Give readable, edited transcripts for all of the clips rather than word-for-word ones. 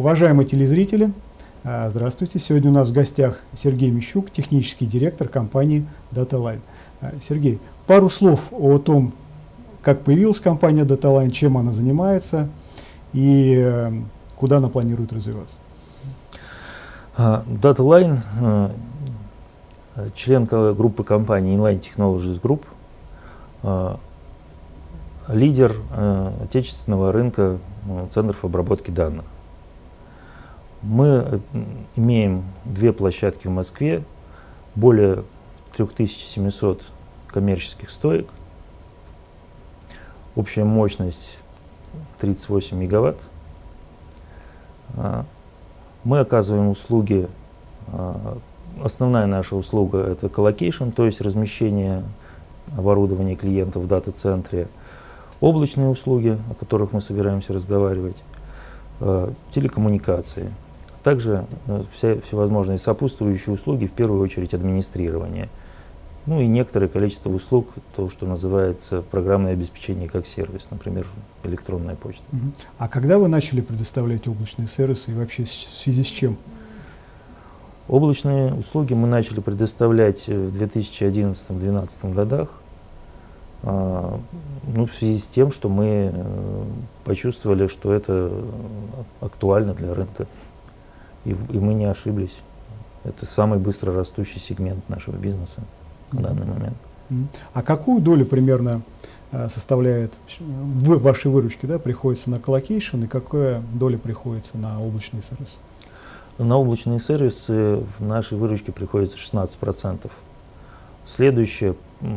Уважаемые телезрители, здравствуйте. Сегодня у нас в гостях Сергей Мищук, технический директор компании DataLine. Сергей, пару слов о том, как появилась компания DataLine, чем она занимается и куда она планирует развиваться. DataLine член группы компаний Inline Technologies Group, лидер отечественного рынка центров обработки данных. Мы имеем две площадки в Москве, более 3700 коммерческих стоек, общая мощность 38 мегаватт. Мы оказываем услуги, основная наша услуга — это коллокейшн, то есть размещение оборудования клиентов в дата-центре, облачные услуги, о которых мы собираемся разговаривать, телекоммуникации, а также всевозможные сопутствующие услуги, в первую очередь администрирование, ну и некоторое количество услуг, то, что называется программное обеспечение как сервис, например, электронная почта. А когда вы начали предоставлять облачные сервисы и вообще в связи с чем? Облачные услуги мы начали предоставлять в 2011-2012 годах, в связи с тем, что мы почувствовали, что это актуально для рынка, и мы не ошиблись. Это самый быстро растущий сегмент нашего бизнеса на данный момент. А какую долю примерно составляет в вашей выручке, да, приходится на коллокейшн, и какая доля приходится на облачные сервисы? На облачные сервисы в нашей выручке приходится 16%. Следующее,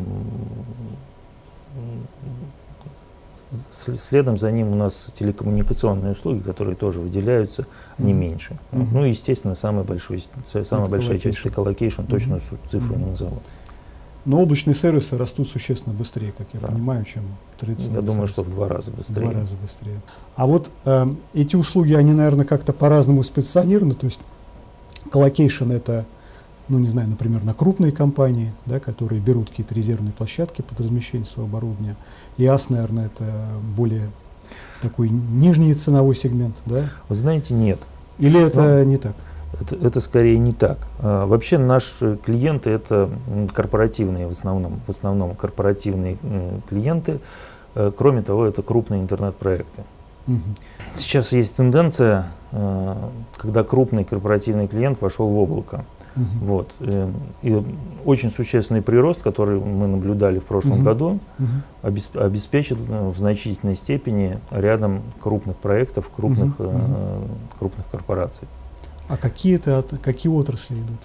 следом за ним у нас телекоммуникационные услуги, которые тоже выделяются, не меньше. Ну и, естественно, самая большая часть — это коллокейшн, точную цифру не назову. Но облачные сервисы растут существенно быстрее, как я понимаю, чем традиционные. Я думаю, что в 2 раза быстрее. В 2 раза быстрее. А вот эти услуги, они, наверное, как-то по-разному специализированы. То есть коллокейшн — это, ну, не знаю, например, на крупные компании, да, которые берут какие-то резервные площадки под размещение своего оборудования. IaaS, наверное, это более такой нижний ценовой сегмент, да? Вы знаете, нет. Или это не так? Это скорее не так. Вообще наши клиенты — это корпоративные, в основном корпоративные клиенты. Кроме того, это крупные интернет-проекты. Сейчас есть тенденция, когда крупный корпоративный клиент пошел в облако. Вот. И очень существенный прирост, который мы наблюдали в прошлом году, обеспечит в значительной степени рядом крупных проектов, крупных корпораций. А какие отрасли идут?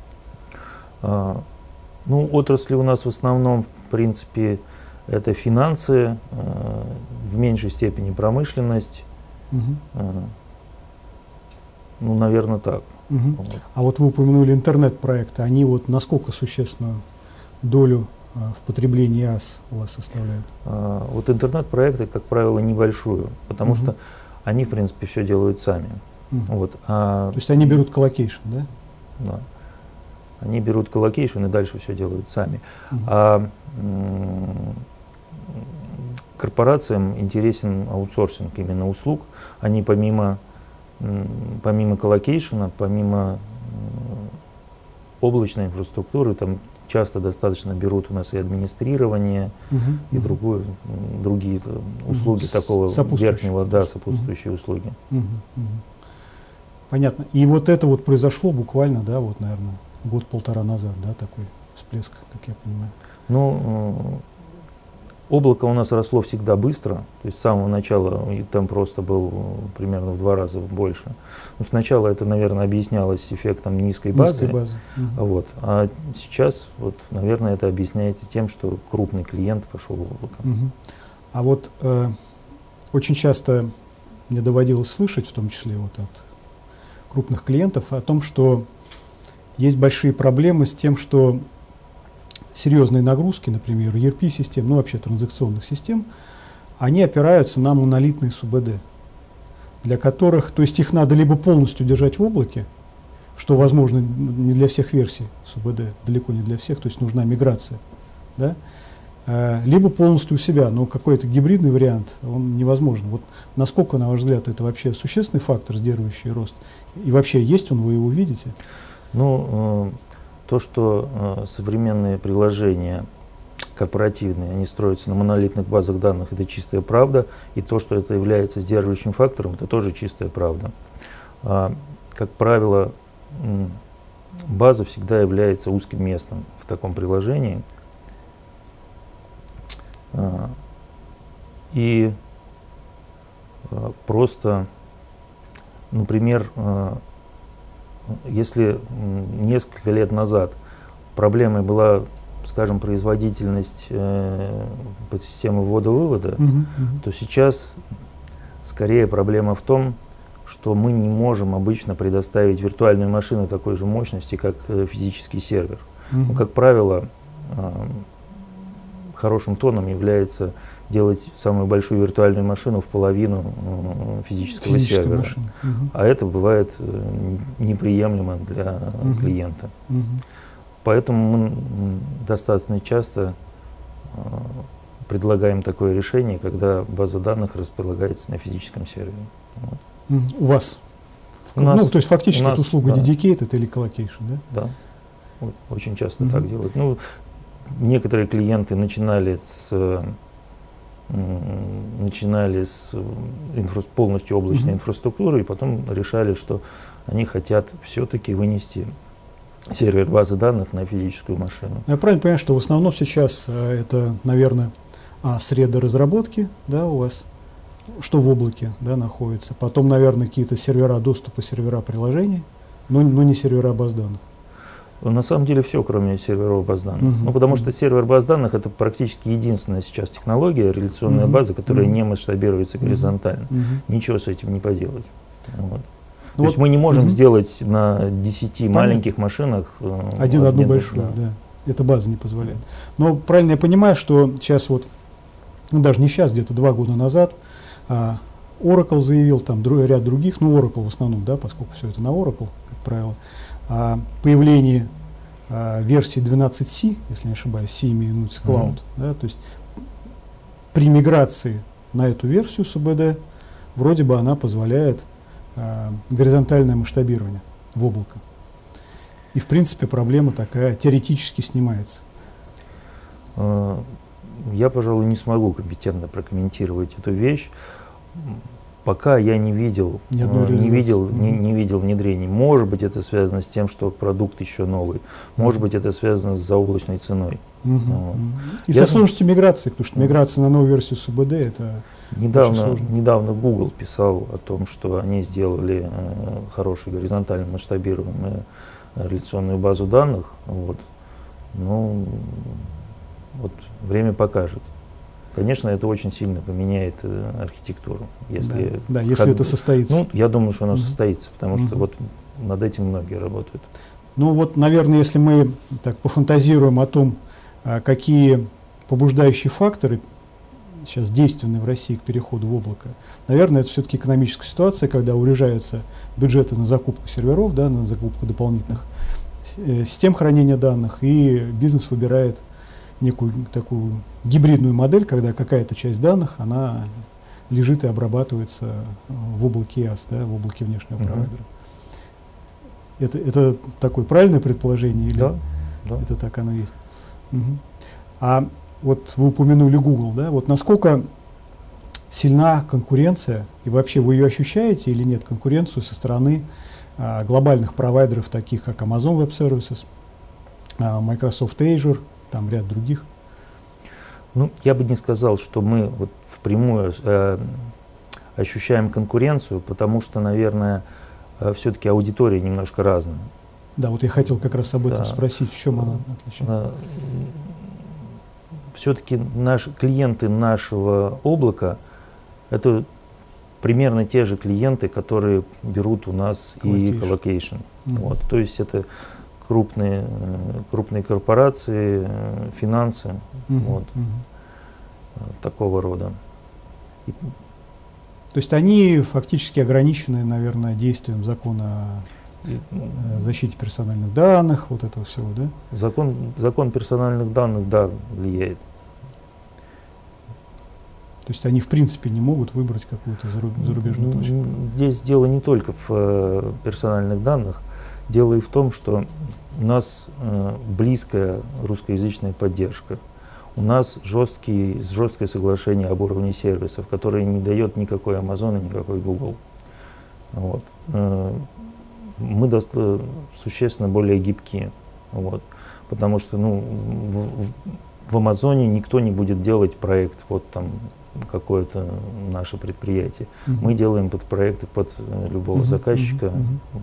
Ну, отрасли у нас в основном, в принципе, это финансы, в меньшей степени промышленность. Ну, наверное, так. Вот. А вот вы упомянули интернет-проекты. Они вот насколько существенную долю в потреблении IaaS у вас составляют? Вот интернет-проекты, как правило, небольшую, потому что они, в принципе, все делают сами. Вот. То есть они берут коллокейшн, да? Да. Они берут коллокейшн и дальше все делают сами. Корпорациям интересен аутсорсинг именно услуг. Они помимо коллокейшна, помимо облачной инфраструктуры, там часто достаточно берут у нас и администрирование, и другие услуги такого верхнего, да, сопутствующие услуги. Понятно. И вот это вот произошло буквально, да, вот, наверное, год-полтора назад, да, такой всплеск, как я понимаю. Ну, облако у нас росло всегда быстро, то есть с самого начала темп просто был примерно в 2 раза больше. Но сначала это, наверное, объяснялось эффектом низкой базы. Вот. А сейчас, вот, наверное, это объясняется тем, что крупный клиент пошел в облако. А вот очень часто мне доводилось слышать, в том числе вот от крупных клиентов, о том, что есть большие проблемы с тем, что серьезные нагрузки, например, ERP-систем, ну вообще транзакционных систем, они опираются на монолитные СУБД, для которых, то есть их надо либо полностью держать в облаке, что возможно не для всех версий СУБД, далеко не для всех, то есть нужна миграция, да? либо полностью у себя. Но какой-то гибридный вариант, он невозможен. Вот насколько, на ваш взгляд, это вообще существенный фактор, сдерживающий рост? И вообще есть он, вы его видите? Ну, то, что современные приложения корпоративные, они строятся на монолитных базах данных, это чистая правда. И то, что это является сдерживающим фактором, это тоже чистая правда. Как правило, база всегда является узким местом в таком приложении. И просто, например, если несколько лет назад проблемой была, скажем, производительность подсистемы ввода-вывода, то сейчас скорее проблема в том, что мы не можем обычно предоставить виртуальную машину такой же мощности, как физический сервер. Но, как правило, хорошим тоном является делать самую большую виртуальную машину в половину физического сервера. Машины. А это бывает неприемлемо для клиента. Поэтому мы достаточно часто предлагаем такое решение, когда база данных располагается на физическом сервере. Вот. У вас? То есть фактически это услуга dedicated или collocation, да? Да. Вот, очень часто так делают. Ну, некоторые клиенты начинали с полностью облачной инфраструктуры, и потом решали, что они хотят все-таки вынести сервер базы данных на физическую машину. Я правильно понимаю, что в основном сейчас это, наверное, среда разработки, да, у вас, что в облаке, да, находится, потом, наверное, какие-то сервера доступа, сервера приложений, но не сервера баз данных. На самом деле все, кроме серверов баз данных. Ну, потому что сервер баз данных — это практически единственная сейчас технология, реляционная база, которая не масштабируется горизонтально. Ничего с этим не поделать. Вот. То есть мы не можем сделать на 10 маленьких машинах одну большую, да. Эта база не позволяет. Но правильно я понимаю, что сейчас вот, ну даже не сейчас, где-то 2 года назад, Oracle заявил, там ряд других, ну Oracle в основном, да, поскольку все это на Oracle, как правило, о появлении версии 12C, если не ошибаюсь, C именуется Cloud, да, то есть при миграции на эту версию СУБД вроде бы она позволяет горизонтальное масштабирование в облако. И в принципе проблема такая теоретически снимается. Я, пожалуй, не смогу компетентно прокомментировать эту вещь. Пока я не видел внедрений. Может быть, это связано с тем, что продукт еще новый. Может быть, это связано с заоблачной ценой. И со сложностью миграции, потому что миграция на новую версию СУБД — это недавно Google писал о том, что они сделали хорошую горизонтально масштабируемую реляционную базу данных. Вот. Ну, вот время покажет. Конечно, это очень сильно поменяет архитектуру. Если это состоится. Ну, я думаю, что оно состоится, потому что вот над этим многие работают. Ну вот, наверное, если мы так пофантазируем о том, какие побуждающие факторы сейчас действенны в России к переходу в облако, наверное, это все-таки экономическая ситуация, когда урежаются бюджеты на закупку серверов, да, на закупку дополнительных систем хранения данных, и бизнес выбирает некую такую гибридную модель, когда какая-то часть данных, она лежит и обрабатывается в облаке IaaS, да, в облаке внешнего провайдера. Это такое правильное предположение? Или это так оно есть? А вот вы упомянули Google, да, вот насколько сильна конкуренция, и вообще вы ее ощущаете или нет, конкуренцию со стороны глобальных провайдеров, таких как Amazon Web Services, Microsoft Azure, там ряд других? Ну, я бы не сказал, что мы вот впрямую ощущаем конкуренцию, потому что, наверное, все-таки аудитория немножко разная. Да, вот я хотел как раз об этом спросить, в чем она отличается. Все-таки клиенты нашего облака — это примерно те же клиенты, которые берут у нас и коллокейшн. Вот, то есть это крупные корпорации, финансы, вот, такого рода. То есть они фактически ограничены, наверное, действием закона о защите персональных данных, вот этого всего, да? Закон персональных данных, да, влияет. То есть они в принципе не могут выбрать какую-то зарубежную точку? Здесь дело не только в персональных данных. Дело и в том, что у нас близкая русскоязычная поддержка. У нас жесткое соглашение об уровне сервисов, которое не дает никакой Amazon и никакой Google. Вот. Мы существенно более гибкие. Вот. Потому что в Амазоне никто не будет делать проект под какое-то наше предприятие. Мы делаем проекты под любого заказчика.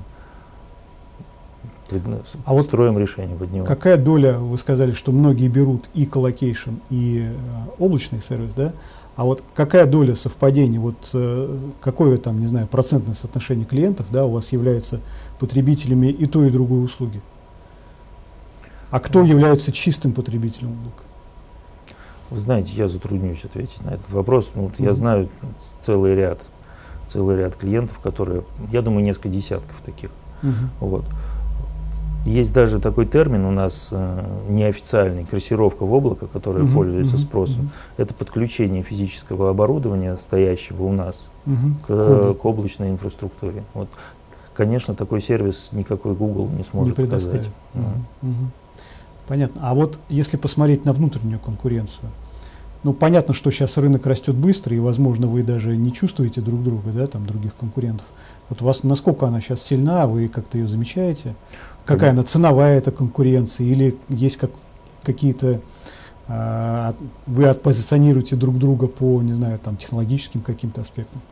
Строим решение под него. Какая доля, вы сказали, что многие берут и коллокейшн, и облачный сервис, да? А вот какая доля совпадений, вот какое там, не знаю, процентное соотношение клиентов, да, у вас являются потребителями и той, и другой услуги? А кто является чистым потребителем облака? Вы знаете, я затруднюсь ответить на этот вопрос. Я знаю целый ряд клиентов, которые, я думаю, несколько десятков таких. Вот. Есть даже такой термин у нас неофициальный, крейсировка в облако, которая пользуется спросом. Это подключение физического оборудования, стоящего у нас, к облачной инфраструктуре. Вот. Конечно, такой сервис никакой Google не сможет предоставить. Понятно. А вот если посмотреть на внутреннюю конкуренцию, понятно, что сейчас рынок растет быстро, и, возможно, вы даже не чувствуете друг друга, да, там, других конкурентов. Вот у вас, насколько она сейчас сильна, вы как-то ее замечаете? Какая она, ценовая эта конкуренция, или есть какие-то, вы отпозиционируете друг друга по, не знаю, там, технологическим каким-то аспектам?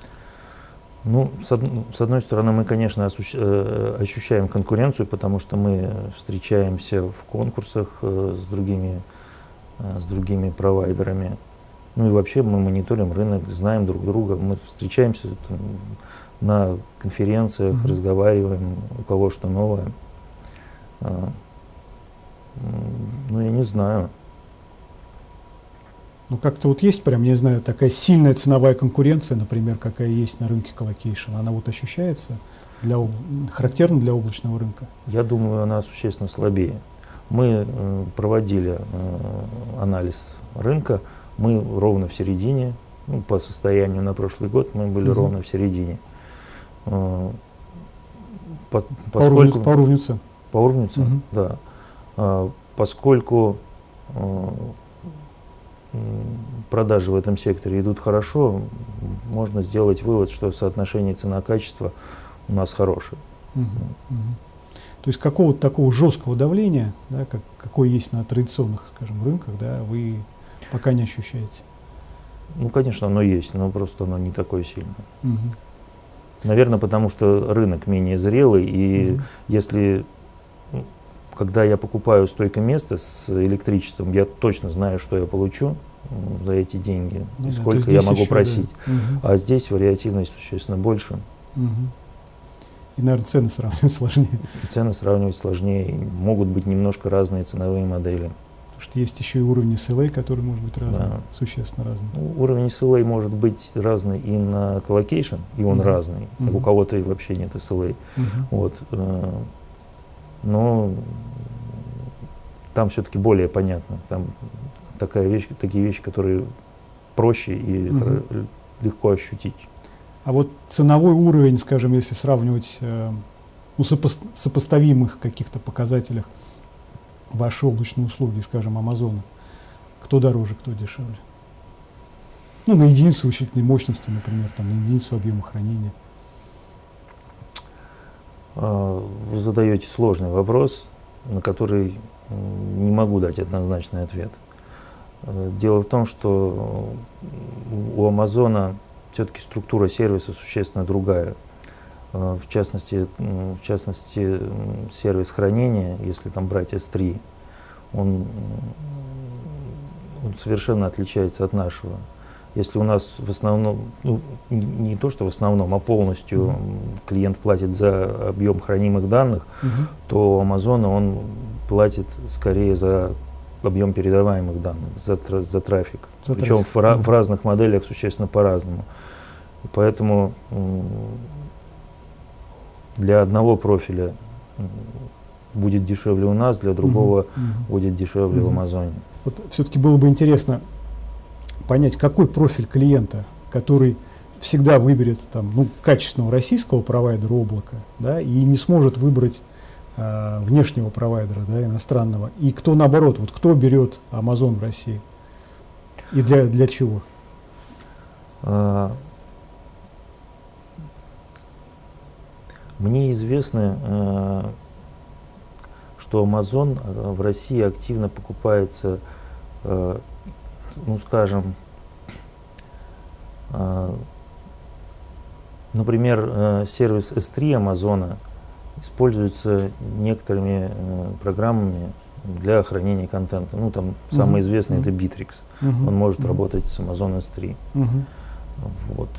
С одной стороны, мы, конечно, ощущаем конкуренцию, потому что мы встречаемся в конкурсах с другими провайдерами. И вообще мы мониторим рынок, знаем друг друга, мы встречаемся на конференциях, разговариваем, у кого что новое. Я не знаю. Как-то вот есть прям, не знаю, такая сильная ценовая конкуренция, например, какая есть на рынке коллокейшн, она вот ощущается, характерна для облачного рынка? Я думаю, она существенно слабее. Мы проводили анализ рынка, мы ровно в середине, по состоянию на прошлый год мы были ровно в середине. По уровню цен? По уровню цен, да. Поскольку продажи в этом секторе идут хорошо, можно сделать вывод, что соотношение цена-качество у нас хорошее. То есть какого-то такого жесткого давления, да, какое есть на традиционных, скажем, рынках, да, вы пока не ощущаете? Конечно, оно есть, но просто оно не такое сильное. Наверное, потому что рынок менее зрелый, и когда я покупаю стойкоместо с электричеством, я точно знаю, что я получу за эти деньги, сколько я могу просить. Да. А здесь вариативность существенно больше. И, наверное, цены сравнивать сложнее. Цены сравнивать сложнее. Могут быть немножко разные ценовые модели. Потому что есть еще и уровень SLA, который может быть разный, существенно разный. Уровень SLA может быть разный и на коллокейшн, и он разный. У кого-то и вообще нет SLA. Вот. Но там все-таки более понятно. Там такие вещи, которые проще и легко ощутить. А вот ценовой уровень, скажем, если сравнивать сопоставимых каких-то показателях ваши облачные услуги, скажем, Амазона, кто дороже, кто дешевле? На единицу вычислительной мощности, например, там, на единицу объема хранения. Вы задаете сложный вопрос, на который не могу дать однозначный ответ. Дело в том, что у Амазона все-таки структура сервиса существенно другая. В частности, сервис хранения, если там брать S3, он совершенно отличается от нашего. Если у нас в основном, не то что в основном, а полностью клиент платит за объем хранимых данных, то у Амазона он платит скорее за объем передаваемых данных, за трафик. Причем в разных моделях существенно по-разному. И поэтому для одного профиля будет дешевле у нас, для другого будет дешевле в Амазоне. Вот все-таки было бы интересно понять, какой профиль клиента, который всегда выберет там, ну, качественного российского провайдера облака, да, и не сможет выбрать внешнего провайдера, да, иностранного, и кто наоборот, вот кто берет Amazon в России и для чего? Мне известно, что Amazon в России активно покупается, ну скажем, например, сервис S3 Амазона используется некоторыми программами для хранения контента. Ну, там самый известный это Bittrex. Он может работать с Amazon S3. Вот.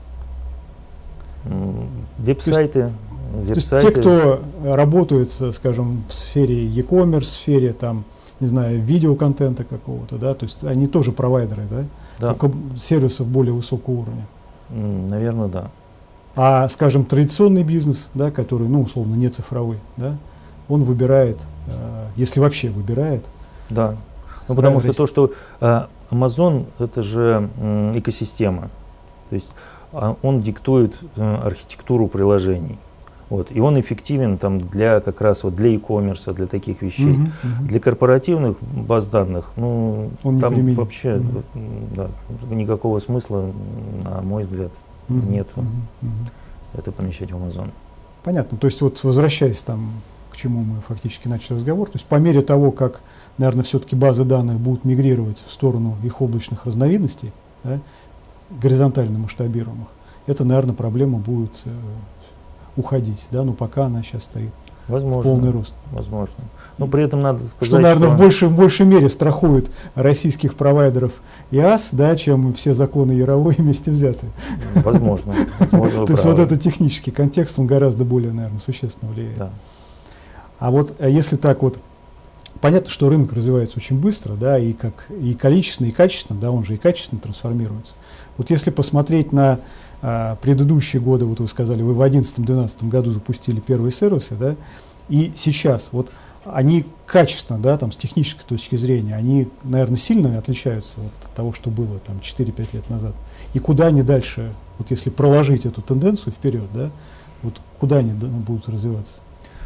Веб-сайты. То есть те, кто работают, скажем, в сфере e-commerce, в сфере там, не знаю, видеоконтента какого-то, да, то есть они тоже провайдеры, да? Да. Только сервисов более высокого уровня. Наверное, да. А, скажем, традиционный бизнес, да, который, ну, условно, не цифровой, да, он выбирает, если вообще выбирает. Да. Ну, потому что то, что Amazon это же экосистема. То есть он диктует архитектуру приложений. Вот, и он эффективен там для как раз вот для e-commerce, для таких вещей. Для корпоративных баз данных, ну, он там вообще да, никакого смысла, на мой взгляд, нету. Это помещать в Amazon. Понятно. То есть вот возвращаясь там, к чему мы фактически начали разговор, то есть по мере того, как, наверное, все-таки базы данных будут мигрировать в сторону их облачных разновидностей, да, горизонтально масштабируемых, это, наверное, проблема будет уходить, да, но пока она сейчас стоит в полный рост. Возможно. Но при этом надо сказать, что, наверное, в большей мере страхует российских провайдеров ИАС, да, чем все законы Яровой вместе взятые. Возможно. То есть вот этот технический контекст, он гораздо более, наверное, существенно влияет. Да. А вот если так вот, понятно, что рынок развивается очень быстро, да, и количественно, и качественно, да, он же и качественно трансформируется. Вот если посмотреть на предыдущие годы, вот вы сказали, вы в 2011-2012 году запустили первые сервисы, да, и сейчас вот они качественно, да, там, с технической точки зрения, они, наверное, сильно отличаются от того, что было там 4-5 лет назад. И куда они дальше, вот если проложить эту тенденцию вперед, да, вот куда они будут развиваться?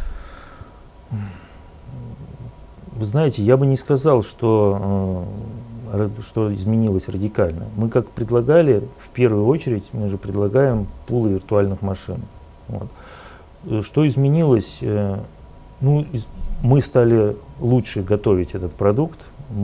Вы знаете, я бы не сказал, что изменилось радикально. Мы как предлагали, в первую очередь, мы же предлагаем пулы виртуальных машин. Вот. Что изменилось? Ну, мы стали лучше готовить этот продукт,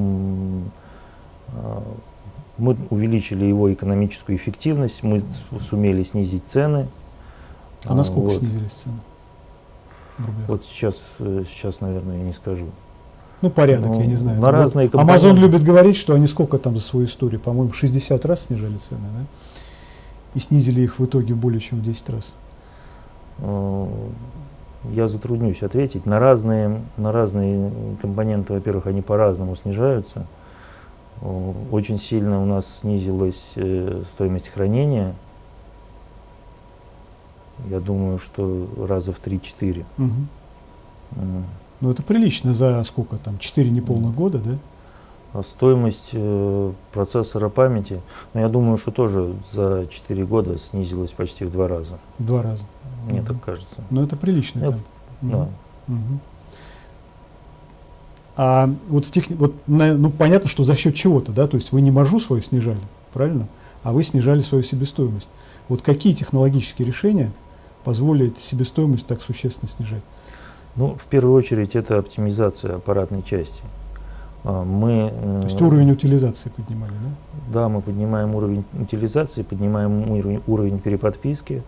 мы увеличили его экономическую эффективность, мы сумели снизить цены. А насколько снизились цены? Вот сейчас, наверное, я не скажу. Ну, порядок, я не знаю. На разные Amazon любит говорить, что они сколько там за свою историю, по-моему, 60 раз снижали цены, да? И снизили их в итоге более чем в 10 раз. Я затруднюсь ответить. На разные компоненты, во-первых, они по-разному снижаются. Очень сильно у нас снизилась стоимость хранения. Я думаю, что раза в 3-4. Ну, это прилично за сколько там, 4 неполных года, да? А стоимость процессора памяти, ну, я думаю, что тоже за 4 года снизилась почти в 2 раза. В 2 раза. Мне так кажется. Ну, это прилично. Да. А вот, ну, понятно, что за счет чего-то, да, то есть вы не маржу свою снижали, правильно? А вы снижали свою себестоимость. Вот какие технологические решения позволят себестоимость так существенно снижать? Ну, в первую очередь, это оптимизация аппаратной части. То есть уровень утилизации поднимали, да? Да, мы поднимаем уровень утилизации, поднимаем уровень переподписки.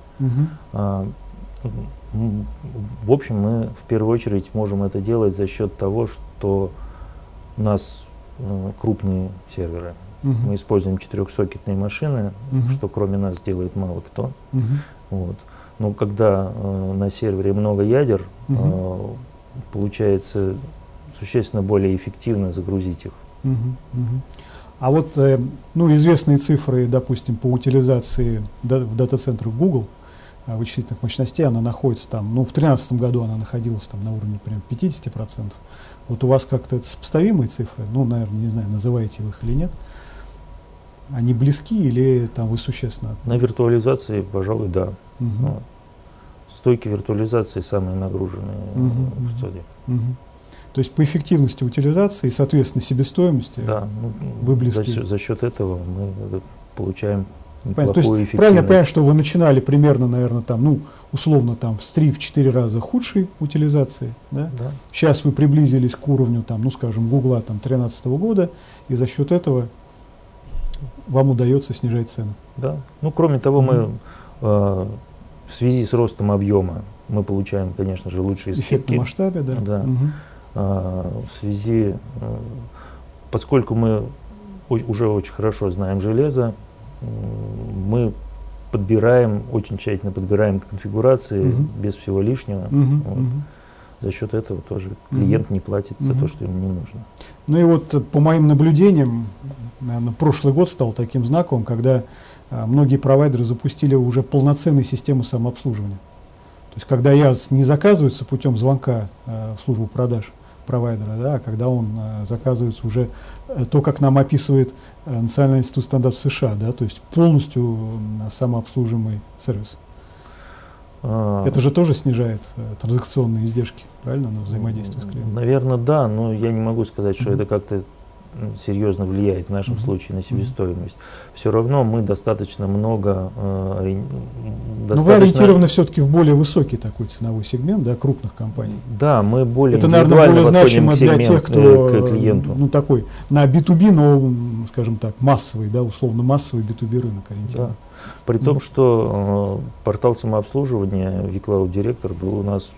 В общем, мы в первую очередь можем это делать за счет того, что у нас крупные серверы. Мы используем 4-сокетные машины, что кроме нас делает мало кто. Вот. Но когда на сервере много ядер, получается существенно более эффективно загрузить их. А вот ну, известные цифры, допустим, по утилизации в дата-центрах Google вычислительных мощностей, она находится там, ну, в 2013 году она находилась там на уровне примерно 50%. Вот у вас как-то это сопоставимые цифры? Ну, наверное, не знаю, называете вы их или нет. они близки или там вы существенно? На виртуализации, пожалуй, да. Угу. Вот. Стойки виртуализации самые нагруженные в ЦОДе. Угу. То есть по эффективности утилизации и, соответственно, себестоимости да, вы близки. За счет этого мы получаем неплохую То есть, правильно понимаю, что вы начинали примерно, наверное, там, ну, условно, там, в 3-4 раза худшей утилизации, да? Да. Сейчас вы приблизились к уровню, там, ну, скажем, Гугла 2013 года, и за счет этого вам удается снижать цены. Да. Ну, кроме того, мы в связи с ростом объема мы получаем, конечно же, лучшие скидки. Эффект на масштабе, да. Да. В связи, поскольку мы уже очень хорошо знаем железо, мы подбираем, очень тщательно подбираем конфигурации без всего лишнего. Вот. За счет этого тоже клиент не платит за то, что ему не нужно. Ну и вот по моим наблюдениям, наверное, прошлый год стал таким знаковым, когда многие провайдеры запустили уже полноценную систему самообслуживания. То есть когда ЯЗ не заказывается путем звонка в службу продаж провайдера, да, а когда он заказывается уже то, как нам описывает Национальный институт стандартов США, да, то есть полностью самообслуживаемый сервис. Это же тоже снижает транзакционные издержки, правильно, на взаимодействие с клиентом? Наверное, да, но я не могу сказать, что это как-то серьезно влияет в нашем случае на себестоимость. Все равно мы достаточно много... Но вы ориентированы все-таки в более высокий такой ценовой сегмент, да, крупных компаний. Да, мы более это, наверное, более значимо для тех, кто к клиенту. Ну, такой на B2B, но, скажем так, массовый, да, условно массовый B2B рынок ориентирован. Да. При том, что портал самообслуживания vCloud Director был у нас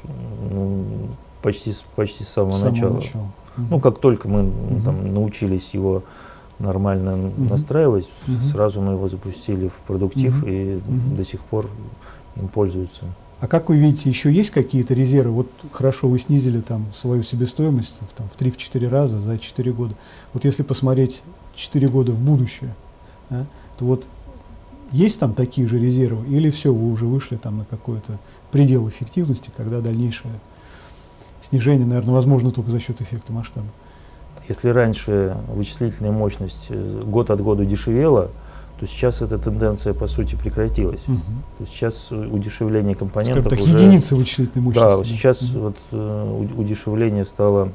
почти с самого начала. Ну, как только мы там научились его нормально настраивать, сразу мы его запустили в продуктив и до сих пор им пользуются. А как вы видите, еще есть какие-то резервы? Вот хорошо, вы снизили там свою себестоимость в 3-4 раза за 4 года. Вот если посмотреть 4 года в будущее, да, то вот есть там такие же резервы или все, вы уже вышли там на какой-то предел эффективности, когда дальнейшее снижение, наверное, возможно только за счет эффекта масштаба? Если раньше вычислительная мощность год от года дешевела, то сейчас эта тенденция, по сути, прекратилась. То есть сейчас удешевление компонентов так, уже... единицы вычислительной мощности. Да, сейчас вот, удешевление стало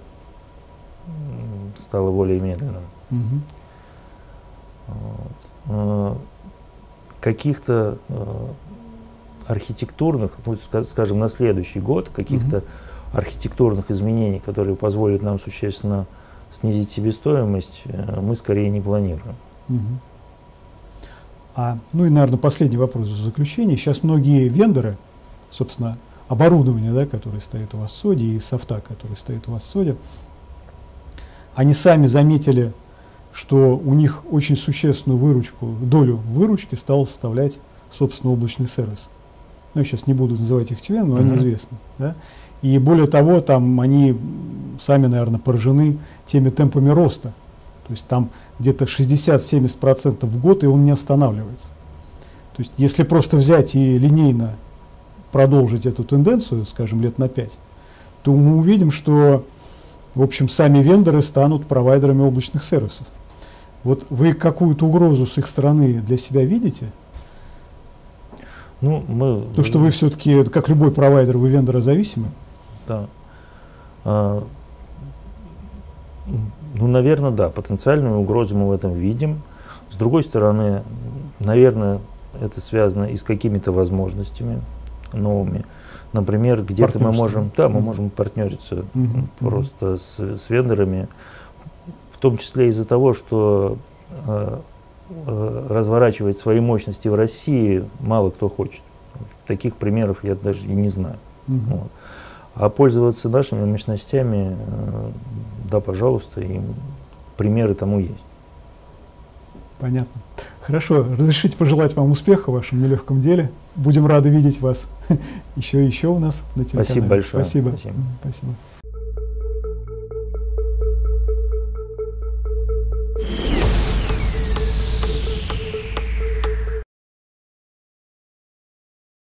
более медленным. Каких-то архитектурных, ну, скажем, на следующий год, каких-то архитектурных изменений, которые позволят нам существенно снизить себестоимость, мы скорее не планируем. Ну и, наверное, последний вопрос в заключение. Сейчас многие вендоры, собственно, оборудование, да, которое стоит у вас в СОДе, и софта, который стоит у вас в СОДе, они сами заметили, что у них очень существенную долю выручки стал составлять, собственно, облачный сервис. Ну, я сейчас не буду называть их ТВН, но они известны. Да? И более того, там они сами, наверное, поражены теми темпами роста. То есть там где-то 60-70% в год, и он не останавливается. То есть если просто взять и линейно продолжить эту тенденцию, скажем, лет на 5, то мы увидим, что, в общем, сами вендоры станут провайдерами облачных сервисов. Вот вы какую-то угрозу с их стороны для себя видите? Ну, то, что вы все-таки, как любой провайдер, вы вендорозависимы? Да. Ну, наверное, да, потенциальную угрозу мы в этом видим. С другой стороны, наверное, это связано и с какими-то возможностями новыми. Например, где-то мы можем, мы можем партнериться просто с вендорами, в том числе из-за того, что разворачивать свои мощности в России мало кто хочет. Таких примеров я даже и не знаю. Вот. А пользоваться нашими мощностями, да, пожалуйста, и примеры тому есть. Понятно. Хорошо. Разрешите пожелать вам успеха в вашем нелегком деле. Будем рады видеть вас еще у нас на телеканале. Спасибо большое. Спасибо.